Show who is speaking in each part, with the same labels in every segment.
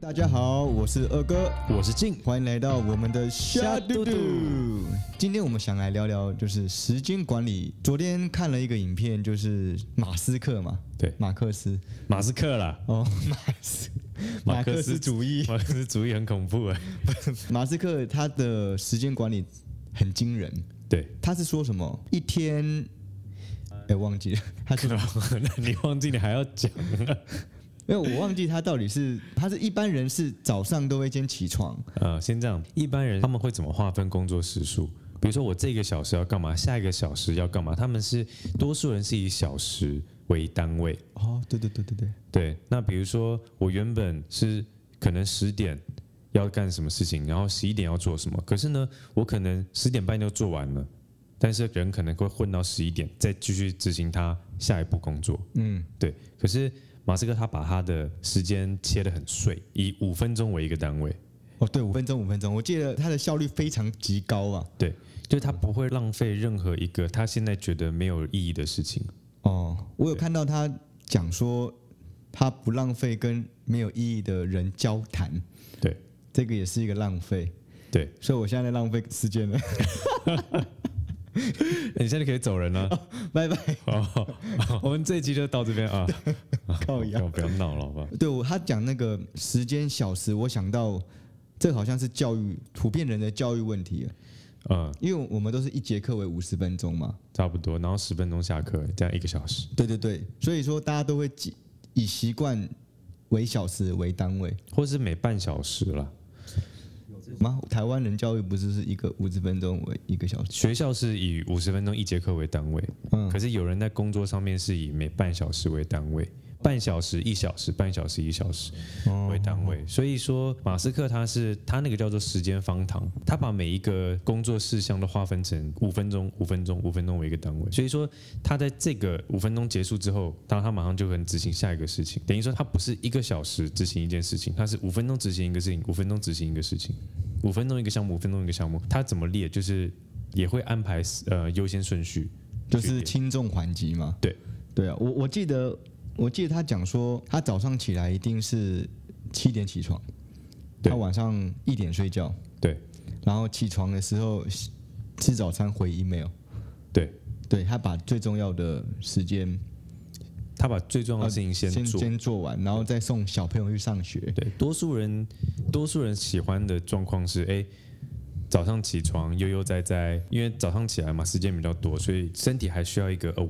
Speaker 1: 大家好，我是二哥，
Speaker 2: 我是静，
Speaker 1: 欢迎来到我们的虾嘟嘟。今天我们想来聊聊就是时间管理。昨天看了一个影片，就是马斯克嘛，
Speaker 2: 对，
Speaker 1: 马克思，
Speaker 2: 马斯克啦，
Speaker 1: 哦，马克思主义，
Speaker 2: 马克思主义很恐怖哎。
Speaker 1: 马斯克他的时间管理很惊人，
Speaker 2: 对，
Speaker 1: 他是说什么一天，忘记了，他是
Speaker 2: 那你忘记你还要讲啊？
Speaker 1: 因为我忘记他到底是他是一般人是早上都会先起床，
Speaker 2: 先这样，一般人他们会怎么划分工作时数？比如说我这个小时要干嘛，下一个小时要干嘛？他们是多数人是以小时为单位。
Speaker 1: 哦，对，
Speaker 2: 对，那比如说我原本是可能10点要干什么事情，然后11点要做什么，可是呢，我可能10点半就做完了，但是人可能会混到11点，再继续执行他下一步工作。对。可是马斯克他把他的时间切得很碎，以5分钟为一个单位。
Speaker 1: 哦，对，5分钟，我记得他的效率非常极高啊。
Speaker 2: 对，就是他不会浪费任何一个他现在觉得没有意义的事情。
Speaker 1: 哦，我有看到他讲说，他不浪费跟没有意义的人交谈。
Speaker 2: 对，
Speaker 1: 这个也是一个浪费。
Speaker 2: 对，
Speaker 1: 所以我现在在浪费时间了。
Speaker 2: 你现在可以走人了，
Speaker 1: 拜拜。
Speaker 2: 我们这一期就到这边啊。
Speaker 1: 靠腰，
Speaker 2: 不要闹了，好不好？
Speaker 1: 对，他讲那个时间小时，我想到这好像是教育普遍人的教育问题。因为我们都是一节课为50分钟嘛，
Speaker 2: 差不多，然后10分钟下课，这样1个小时。
Speaker 1: 对，所以说大家都会以习惯为小时为单位，
Speaker 2: 或是每半小时啦。
Speaker 1: 台湾人教育不是一个50分钟为1个小时？
Speaker 2: 学校是以50分钟1节课为单位，可是有人在工作上面是以每半小时为单位，半小时1小时，半小时1小时为单位。所以说，马斯克他那个叫做时间方糖，他把每一个工作事项都划分成5分钟、5分钟、5分钟为一个单位。所以说，他在这个5分钟结束之后，他马上就可能执行下一个事情。等于说，他不是1个小时执行一件事情，他是5分钟执行一个事情，5分钟执行一个事情，5分钟一个项目，5分钟一个项目。他怎么列，就是也会安排优先顺序，
Speaker 1: 就是轻重缓急嘛。对啊，我记得他讲说，他早上起来一定是7点起床，他晚上1点睡觉，
Speaker 2: 对，
Speaker 1: 然后起床的时候吃早餐回 email， 对，他把最重要的时间，
Speaker 2: 他把最重要的事情
Speaker 1: 先做完，然后再送小朋友去上学。
Speaker 2: 对，多数人喜欢的状况是，早上起床悠悠哉哉，因为早上起来嘛，时间比较多，所以身体还需要一个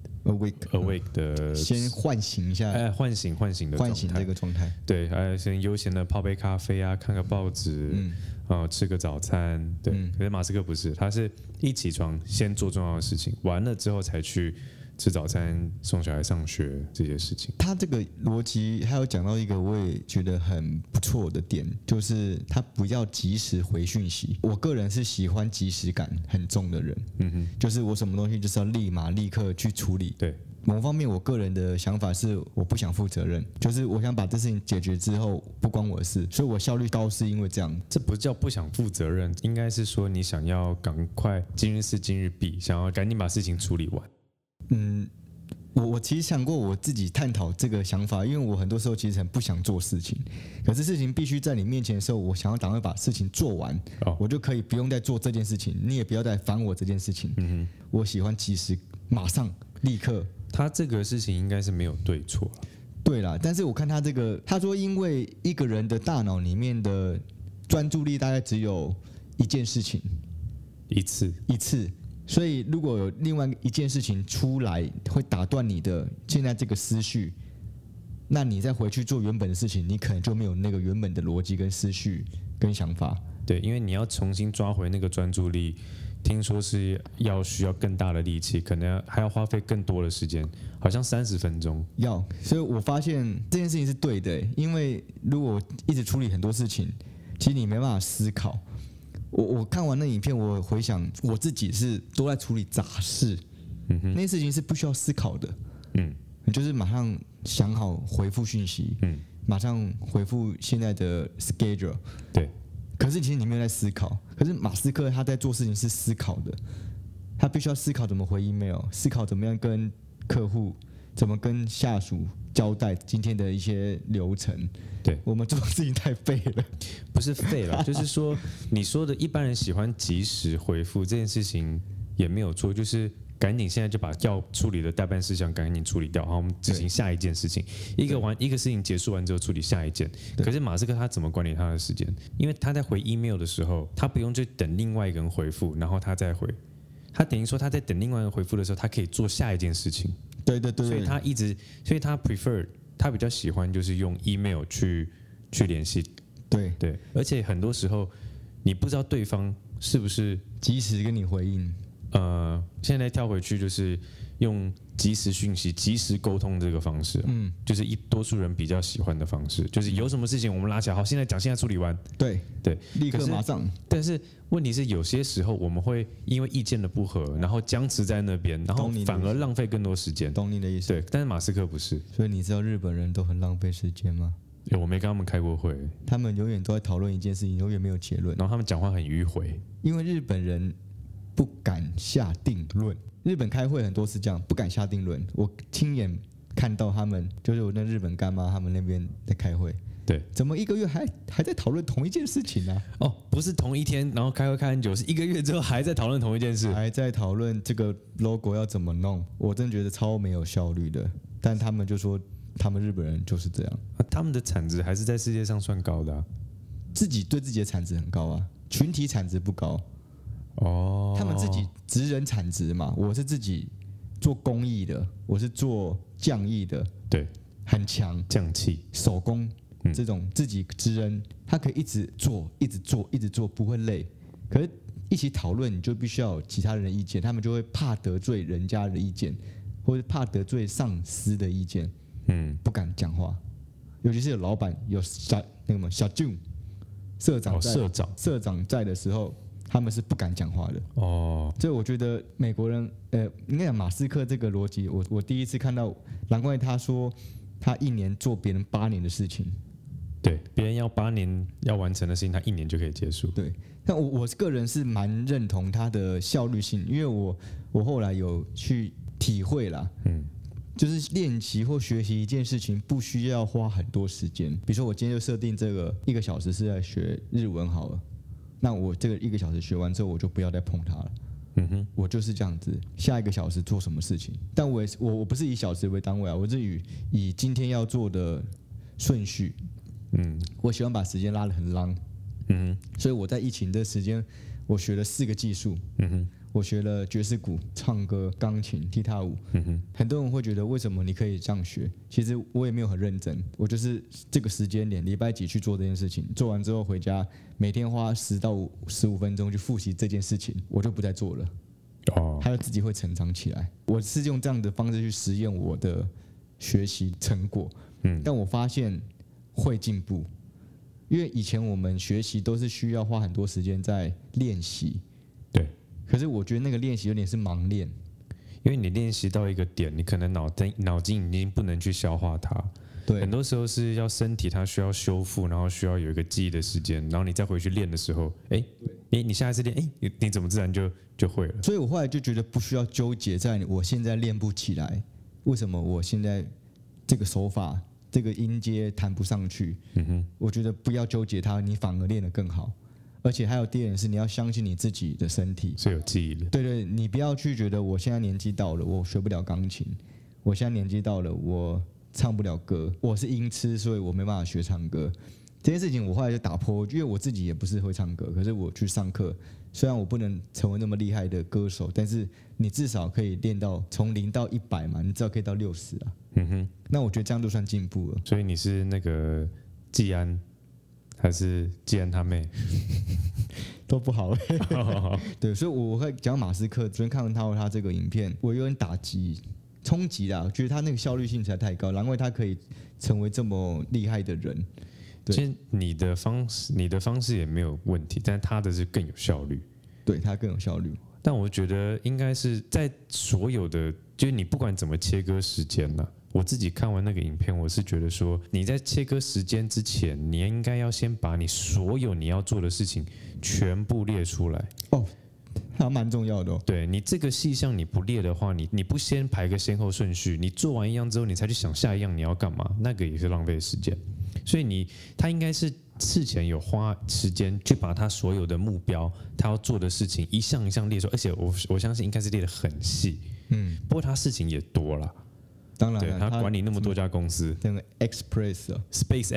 Speaker 2: awake 的，
Speaker 1: 先唤醒一下，
Speaker 2: 唤醒
Speaker 1: 这个状态。
Speaker 2: 对，先悠闲的泡杯咖啡啊，看个报纸，吃个早餐。对，可是马斯克不是，他是一起床先做重要的事情，完了之后才去吃早餐、送小孩上学这些事情。
Speaker 1: 他这个逻辑还有讲到一个我也觉得很不错的点，就是他不要及时回讯息。我个人是喜欢及时感很重的人，就是我什么东西就是要立刻去处理。
Speaker 2: 对，
Speaker 1: 某方面我个人的想法是我不想负责任，就是我想把这事情解决之后不关我的事，所以我效率高是因为这样。
Speaker 2: 这不叫不想负责任，应该是说你想要赶快今日事今日毕，想要赶紧把事情处理完。
Speaker 1: 我其实想过我自己探讨这个想法，因为我很多时候其实很不想做事情，可是事情必须在你面前的时候，我想要赶快把事情做完，我就可以不用再做这件事情，你也不要再烦我这件事情。我喜欢及时马上立刻。
Speaker 2: 他这个事情应该是没有对错。
Speaker 1: 对啦，但是我看他这个，他说因为一个人的大脑里面的专注力大概只有一件事情一次。所以，如果有另外一件事情出来，会打断你的现在这个思绪，那你再回去做原本的事情，你可能就没有那个原本的逻辑跟思绪跟想法。
Speaker 2: 对，因为你要重新抓回那个专注力，听说是需要更大的力气，可能还要花费更多的时间，好像30分钟。
Speaker 1: 所以我发现这件事情是对的，因为如果一直处理很多事情，其实你没办法思考。我看完那影片，我回想我自己是都在处理杂事，那些事情是不需要思考的，你就是马上想好回复讯息，马上回复现在的 schedule，
Speaker 2: 对。
Speaker 1: 可是其实你没有在思考，可是马斯克他在做事情是思考的，他必须要思考怎么回 email， 思考怎么样跟客户怎么跟下属交代今天的一些流程。
Speaker 2: 对，
Speaker 1: 我们做的事情太废了，
Speaker 2: 不是废了，就是说你说的一般人喜欢及时回复这件事情也没有错，就是赶紧现在就把要处理的代办事项赶紧处理掉，好，我们执行下一件事情。一个事情结束完之后处理下一件。可是马斯克他怎么管理他的时间？因为他在回 email 的时候，他不用去等另外一个人回复，然后他再回。他等于说他在等另外一个人回复的时候，他可以做下一件事情。
Speaker 1: 对，
Speaker 2: 所以他 prefer 他比较喜欢就是用 email 去联系。对，而且很多时候你不知道对方是不是
Speaker 1: 及时跟你回应。
Speaker 2: 现在跳回去就是用即时讯息、即时沟通这个方式，就是多数人比较喜欢的方式，就是有什么事情我们拉起来，好，现在讲，现在处理完，
Speaker 1: 对，立刻马上。
Speaker 2: 但是问题是，有些时候我们会因为意见的不合，然后僵持在那边，然后反而浪费更多时间。
Speaker 1: 懂你的意思。
Speaker 2: 对，但是马斯克不是。
Speaker 1: 所以你知道日本人都很浪费时间吗？
Speaker 2: 我没跟他们开过会。
Speaker 1: 他们永远都在讨论一件事情，永远没有结论。
Speaker 2: 然后他们讲话很迂回，
Speaker 1: 因为日本人不敢下定论。日本开会很多是这样，不敢下定论。我亲眼看到他们，就是我那日本干妈他们那边在开会。
Speaker 2: 对，
Speaker 1: 怎么1个月还在讨论同一件事情呢？
Speaker 2: 哦，不是同一天，然后开会开很久，是1个月之后还在讨论同一件事，
Speaker 1: 还在讨论这个 logo 要怎么弄。我真的觉得超没有效率的。但他们就说，他们日本人就是这样。
Speaker 2: 他们的产值还是在世界上算高的啊。
Speaker 1: 自己对自己的产值很高啊，群体产值不高。
Speaker 2: 哦，
Speaker 1: 他们自己职人产值嘛，我是自己做工艺的，我是做匠艺的，
Speaker 2: 对，
Speaker 1: 很强，
Speaker 2: 匠气、
Speaker 1: 手工这种自己职人，他可以一直做，一直做，一直做，不会累。可是一起讨论，你就必须要有其他人的意见，他们就会怕得罪人家的意见，或者怕得罪上司的意见，不敢讲话。尤其是有老板有小俊社长在的时候。他们是不敢讲话的哦，所以我觉得美国人，应该讲马斯克这个逻辑，我第一次看到，难怪他说他1年做别人8年的事情，
Speaker 2: 对，别人要8年要完成的事情，他1年就可以结束。
Speaker 1: 对，但我个人是蛮认同他的效率性，因为我后来有去体会啦，就是练习或学习一件事情不需要花很多时间，比如说我今天就设定这个1个小时是在学日文好了。那我这个1个小时学完之后，我就不要再碰它了。我就是这样子，下1个小时做什么事情？但我不是以小时为单位啊，我是以今天要做的顺序。我喜欢把时间拉得很 long。所以我在疫情的时间，我学了4个技术。我学了爵士鼓、唱歌、钢琴、踢踏舞。很多人会觉得为什么你可以这样学？其实我也没有很认真，我就是这个时间点，礼拜几去做这件事情，做完之后回家，每天花10到15分钟去复习这件事情，我就不再做了。它就自己会成长起来。我是用这样的方式去实验我的学习成果。但我发现会进步，因为以前我们学习都是需要花很多时间在练习。
Speaker 2: 对。
Speaker 1: 可是我觉得那个练习有点是盲练，
Speaker 2: 因为你练习到一个点，你可能脑筋已经不能去消化它。
Speaker 1: 对，
Speaker 2: 很多时候是要身体它需要修复，然后需要有一个记忆的时间，然后你再回去练的时候，你下一次练，你怎么自然就会了？
Speaker 1: 所以我后来就觉得不需要纠结在我现在练不起来，为什么我现在这个手法、这个音阶弹不上去？我觉得不要纠结它，你反而练得更好。而且还有第二点是，你要相信你自己的身体
Speaker 2: 是有记忆的。
Speaker 1: 对，你不要去觉得我现在年纪到了，我学不了钢琴；我现在年纪到了，我唱不了歌，我是音痴，所以我没办法学唱歌。这件事情我后来就打破，因为我自己也不是会唱歌，可是我去上课，虽然我不能成为那么厉害的歌手，但是你至少可以练到从0到100嘛，你至少可以到60啊。那我觉得这样就算进步了。
Speaker 2: 所以你是那个季安？还是季安他妹
Speaker 1: 都不好。对，所以我会讲马斯克。昨天看完他这个影片，我有点打击、冲击啦。我觉得他那个效率性实在太高，难怪他可以成为这么厉害的人。
Speaker 2: 其实你的方式也没有问题，但他的是更有效率。
Speaker 1: 对，他更有效率。
Speaker 2: 但我觉得应该是在所有的，就是你不管怎么切割时间啦。我自己看完那个影片，我是觉得说，你在切割时间之前，你应该要先把你所有你要做的事情全部列出来。
Speaker 1: 还蛮重要的哦。
Speaker 2: 对，你这个细项你不列的话，你不先排个先后顺序，你做完一样之后，你才去想下一样你要干嘛，那个也是浪费时间。所以他应该是事前有花时间去把他所有的目标，他要做的事情一项一项列出，而且我相信应该是列得很细。不过他事情也多了。
Speaker 1: 当然，
Speaker 2: 对，他管理那么多家公司，
Speaker 1: 那个 Express 哦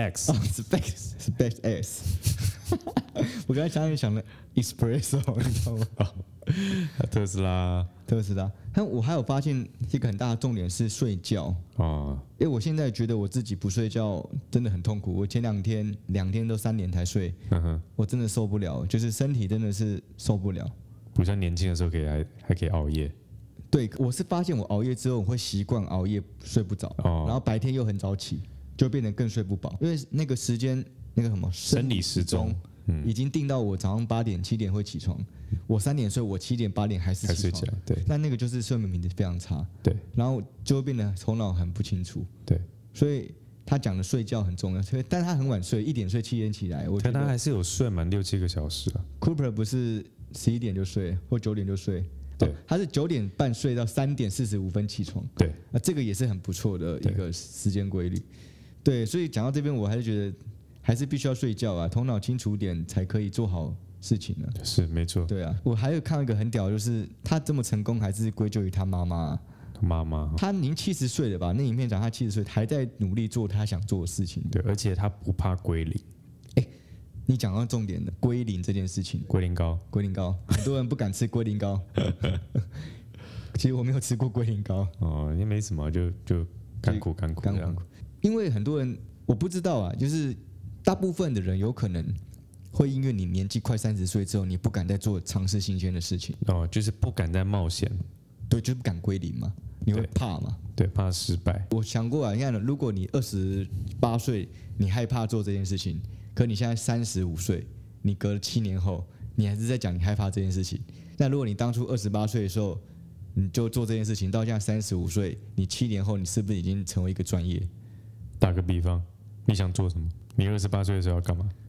Speaker 2: ，SpaceX，SpaceX，
Speaker 1: 我刚才想的 Espresso， 你知道吗？
Speaker 2: 特斯拉，
Speaker 1: 但我还有发现一个很大的重点是睡觉啊，因为我现在觉得我自己不睡觉真的很痛苦。我前2天都3点才睡，我真的受不了，就是身体真的是受不了。
Speaker 2: 不像年轻的时候还可以熬夜。
Speaker 1: 对，我是发现我熬夜之后，我会习惯熬夜睡不着，然后白天又很早起，就变得更睡不饱。因为那个时间，那个什么
Speaker 2: 生理时钟，
Speaker 1: 已经定到我早上8点、7点会起床。我3点睡，我7点、8点还是起床。
Speaker 2: 对，
Speaker 1: 那个就是睡眠品质非常差。
Speaker 2: 对，
Speaker 1: 然后就会变得头脑很不清楚。
Speaker 2: 对，
Speaker 1: 所以他讲的睡觉很重要，但他很晚睡，1点睡7点起来。
Speaker 2: 但他还是有睡满6-7个小时啊。
Speaker 1: Cooper 不是11点就睡，或9点就睡。
Speaker 2: 对，
Speaker 1: 他是9点半睡到3点45分起床。
Speaker 2: 对，
Speaker 1: 这个也是很不错的一个时间规律。对，所以讲到这边，我还是觉得还是必须要睡觉啊，头脑清楚点才可以做好事情呢。
Speaker 2: 是没错。
Speaker 1: 对啊，我还有看到一个很屌，就是他这么成功，还是归咎于他妈妈。他已经70岁了吧？那影片讲他70岁还在努力做他想做的事情。
Speaker 2: 对，而且他不怕归零。
Speaker 1: 你讲到重点的龟苓这件事情，
Speaker 2: 龟苓膏，
Speaker 1: 很多人不敢吃龟苓膏。其实我没有吃过龟苓膏
Speaker 2: 哦，也没什么，就甘苦这样。
Speaker 1: 因为很多人我不知道啊，就是大部分的人有可能会因为你年纪快30岁之后，你不敢再做尝试新鲜的事情
Speaker 2: 哦，就是不敢再冒险。
Speaker 1: 对，就是不敢归零嘛，你会怕嘛？
Speaker 2: 对，怕失败。
Speaker 1: 我想过啊，你看，如果你28岁，你害怕做这件事情。可你现在35岁，你隔了7年后，你还是在讲你害怕这件事情。那如果你当初28岁的时候，你就做这件事情，到现在35岁，你7年后，你是不是已经成为一个专业？
Speaker 2: 打个比方，你想做什么？你28岁的时候要干嘛？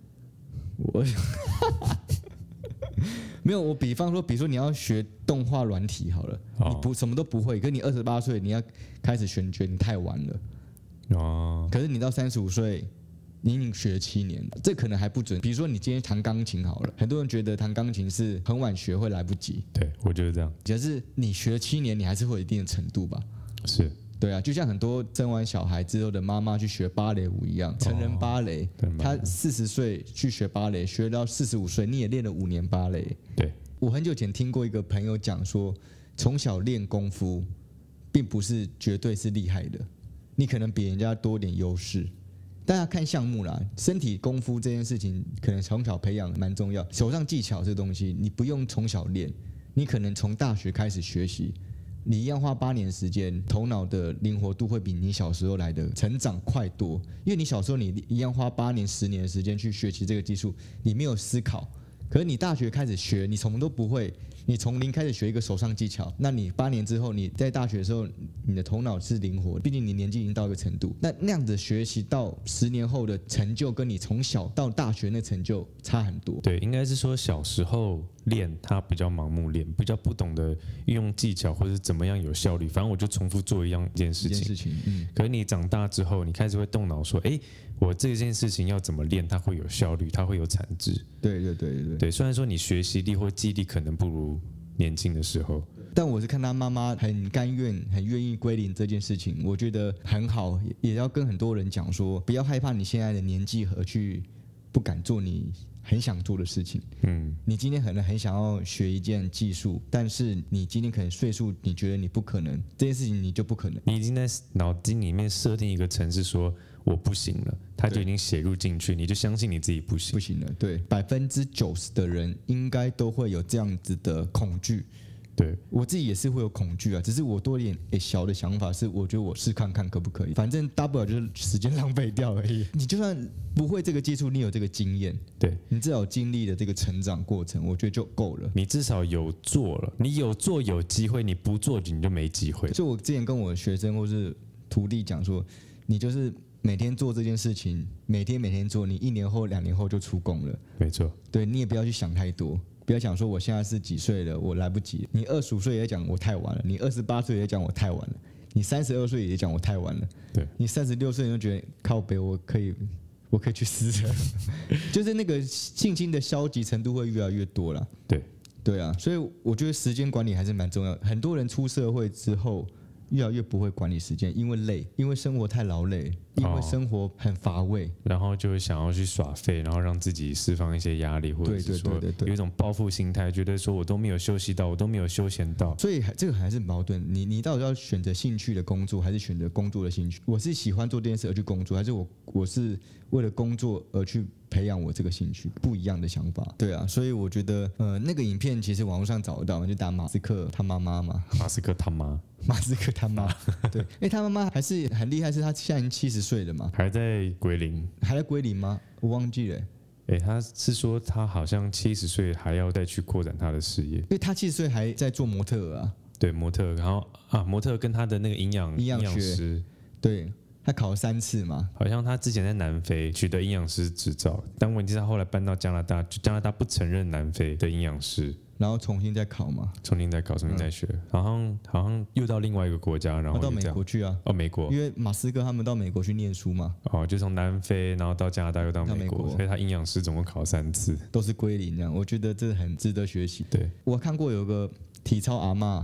Speaker 1: 没有，我比方说，比如说你要学动画软体好了，你什么都不会，可是你28岁，你要开始学，你太晚了。可是你到35岁。你已经学了7年了，这可能还不准。比如说你今天弹钢琴好了，很多人觉得弹钢琴是很晚学会来不及。
Speaker 2: 对，我觉得这样。
Speaker 1: 可是你学了7年，你还是会有一定的程度吧？
Speaker 2: 是，
Speaker 1: 对啊，就像很多生完小孩之后的妈妈去学芭蕾舞一样，成人芭蕾，她40岁去学芭蕾，学到45岁，你也练了5年芭蕾。
Speaker 2: 对，
Speaker 1: 我很久前听过一个朋友讲说，从小练功夫，并不是绝对是厉害的，你可能比人家多点优势。大家看项目啦，身体功夫这件事情可能从小培养蛮重要。手上技巧这东西，你不用从小练，你可能从大学开始学习，你一样花8年时间，头脑的灵活度会比你小时候来的成长快多。因为你小时候你一样花8年、10年的时间去学习这个技术，你没有思考。可是你大学开始学，你什么都不会。你从零开始学一个手上技巧，那你8年之后，你在大学的时候，你的头脑是灵活，毕竟你年纪已经到一个程度。那样子学习到10年后的成就，跟你从小到大学那成就差很多。
Speaker 2: 对，应该是说小时候练，他比较盲目练，比较不懂得运用技巧或者怎么样有效率。反正我就重复做一件事情。可是你长大之后，你开始会动脑说，我这件事情要怎么练，它会有效率，它会有产值。
Speaker 1: 对，
Speaker 2: 虽然说你学习力或记忆力可能不如年轻的时候，
Speaker 1: 但我是看他妈妈很甘愿、很愿意归零这件事情，我觉得很好，也要跟很多人讲说，不要害怕你现在的年纪而去不敢做你很想做的事情。你今天可能很想要学一件技术，但是你今天可能岁数你觉得你不可能，这件事情你就不可能。
Speaker 2: 你已经在脑筋里面设定一个程式说我不行了，他就已经写入进去，你就相信你自己不行
Speaker 1: 了。对，90%的人应该都会有这样子的恐惧。
Speaker 2: 对，
Speaker 1: 我自己也是会有恐惧啊，只是我多一点小的想法是，我觉得我试看看可不可以，反正大不了就是时间浪费掉而已。你就算不会这个技术，你有这个经验，
Speaker 2: 对
Speaker 1: 你至少经历了这个成长过程，我觉得就够了。
Speaker 2: 你至少有做了，你有做有机会，你不做你就没机会。
Speaker 1: 所以我之前跟我学生或是徒弟讲说，你就是每天做这件事情，每天做，你1年后、2年后就出功了。
Speaker 2: 没错，
Speaker 1: 对你也不要去想太多。 不要想说我现在是几岁了，我来不及。你25岁也讲我太晚了，你28岁也讲我太晚了，你32岁也讲我太晚了。
Speaker 2: 对，
Speaker 1: 你36岁你就觉得靠北，我可以去试了，就是那个信心的消极程度会越来越多了。对啊，所以我觉得时间管理还是蛮重要的。很多人出社会之后，越来越不会管理时间，因为累，因为生活太劳累，因为生活很乏味，
Speaker 2: 然后就会想要去耍废，然后让自己释放一些压力，或者是说有一种报复心态，觉得说我都没有休息到，我都没有休闲到，
Speaker 1: 所以这个还是矛盾。你到底要选择兴趣的工作，还是选择工作的兴趣？我是喜欢做这件事而去工作，还是我是为了工作而去培养我这个兴趣？不一样的想法。对啊，所以我觉得那个影片其实网络上找得到，就打马斯克他妈妈嘛，
Speaker 2: 马斯克他妈。
Speaker 1: 马斯克他妈，对，因为他妈妈还是很厉害，是他现在已经70岁了嘛，
Speaker 2: 还在归零，
Speaker 1: 还在归零吗？我忘记了。
Speaker 2: 他是说他好像70岁还要再去扩展他的事业，因
Speaker 1: 为他70岁还在做模特啊。
Speaker 2: 对，模特，然后模特跟他的那个营养师，
Speaker 1: 对，他考了3次嘛。
Speaker 2: 好像他之前在南非取得营养师执照，但问题是他后来搬到加拿大，加拿大不承认南非的营养师。
Speaker 1: 然后重新再考嘛，
Speaker 2: 重新再考，重新再学，好像又到另外一个国家，然后
Speaker 1: 到美国去啊。
Speaker 2: 美国，
Speaker 1: 因为马斯克他们到美国去念书嘛。
Speaker 2: 就从南非，然后到加拿大，又到美国，所以他营养师总共考3次，
Speaker 1: 都是归零这样。我觉得这很值得学习。
Speaker 2: 对，
Speaker 1: 我看过有个体操阿嬷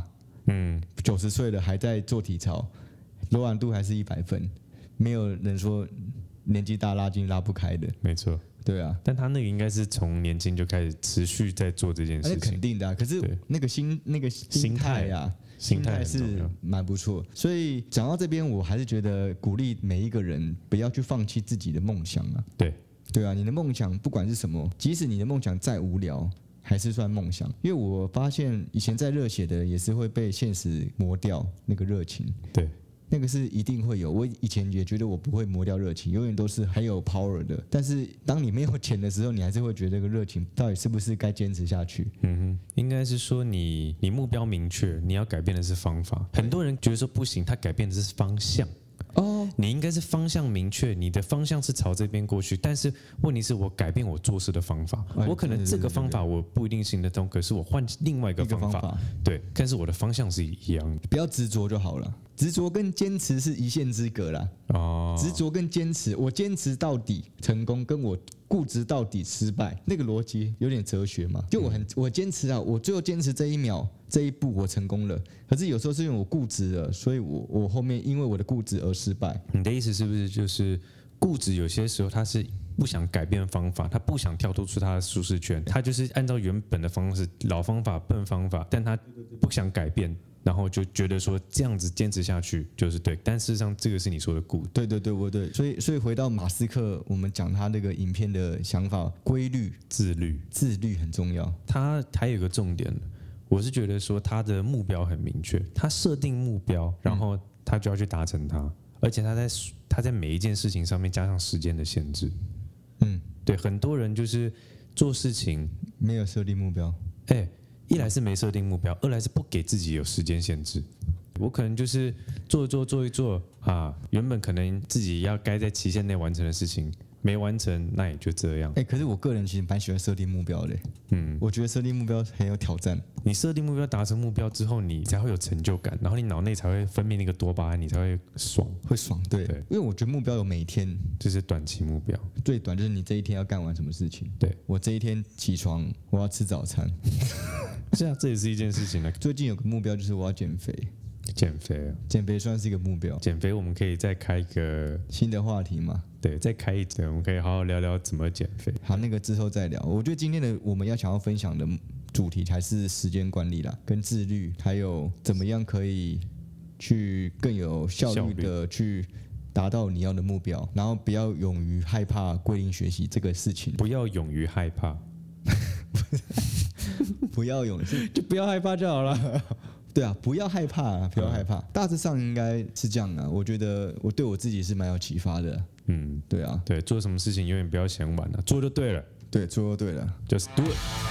Speaker 1: ，90岁了还在做体操，柔软度还是100分，没有人说年纪大拉筋拉不开的。
Speaker 2: 没错。
Speaker 1: 对啊，
Speaker 2: 但他那个应该是从年轻就开始持续在做这件事情，
Speaker 1: 肯定的啊。可是那个心态啊，心态是蛮不错。所以讲到这边，我还是觉得鼓励每一个人不要去放弃自己的梦想啊。对啊，你的梦想不管是什么，即使你的梦想再无聊，还是算梦想。因为我发现以前在热血的人也是会被现实磨掉那个热情。
Speaker 2: 对。
Speaker 1: 那个是一定会有，我以前也觉得我不会磨掉热情，永远都是很有 power 的。但是当你没有钱的时候，你还是会觉得这个热情到底是不是该坚持下去？
Speaker 2: 应该是说你目标明确，你要改变的是方法。很多人觉得说不行，他改变的是方向。你应该是方向明确，你的方向是朝这边过去，但是问题是我改变我做事的方法，我可能这个方法我不一定行得通，可是我换另外一个方法，对，但是我的方向是一样的，
Speaker 1: 不要执着就好了。执着跟坚持是一线之隔啦。执着跟坚持，我坚持到底成功，跟我固执到底失败，那个逻辑有点哲学嘛。就我坚持啊，我最后坚持这一秒这一步我成功了，可是有时候是因为我固执了，所以我后面因为我的固执而失败。
Speaker 2: 你的意思是不是就是固执有些时候他是不想改变方法，他不想跳脱出他的舒适圈，他就是按照原本的方式，老方法笨方法，但他不想改变，然后就觉得说这样子坚持下去就是对，但事实上这个是你说的固执。
Speaker 1: 对，所以回到马斯克，我们讲他那个影片的想法，规律、自律很重要。
Speaker 2: 他还有一个重点，我是觉得说他的目标很明确，他设定目标，然后他就要去达成它，而且他在每一件事情上面加上时间的限制。对，很多人就是做事情
Speaker 1: 没有设定目标，
Speaker 2: 一来是没设定目标，二来是不给自己有时间限制。我可能就是做一做原本可能自己要该在期限内完成的事情没完成，那也就这样。
Speaker 1: 可是我个人其实蛮喜欢设定目标的。我觉得设定目标很有挑战。
Speaker 2: 你设定目标，达成目标之后，你才会有成就感，然后你脑内才会分泌那个多巴胺，你才会爽。
Speaker 1: 对，因为我觉得目标有每天，
Speaker 2: 就是短期目标，
Speaker 1: 最短就是你这一天要干完什么事情。
Speaker 2: 对，
Speaker 1: 我这一天起床，我要吃早餐。
Speaker 2: 是啊，这也是一件事情呢。
Speaker 1: 最近有个目标就是我要减肥。减肥算是一个目标。
Speaker 2: 减肥我们可以再开一个
Speaker 1: 新的话题嘛？
Speaker 2: 对，再开一集，我们可以好好聊聊怎么减肥。
Speaker 1: 好，那个之后再聊。我觉得今天的我们想要分享的主题还是时间管理啦，跟自律，还有怎么样可以去更有效率的去达到你要的目标，然后不要勇于害怕归零学习这个事情。
Speaker 2: 不要勇于害怕，
Speaker 1: 不要勇于，就不要害怕就好了。对啊，不要害怕，不要害怕。大致上应该是这样啊。我觉得我对我自己是蛮有启发的。
Speaker 2: 对啊，对，做什么事情永远不要嫌晚了，做就对了。
Speaker 1: 对，做就对了
Speaker 2: ，Just do it。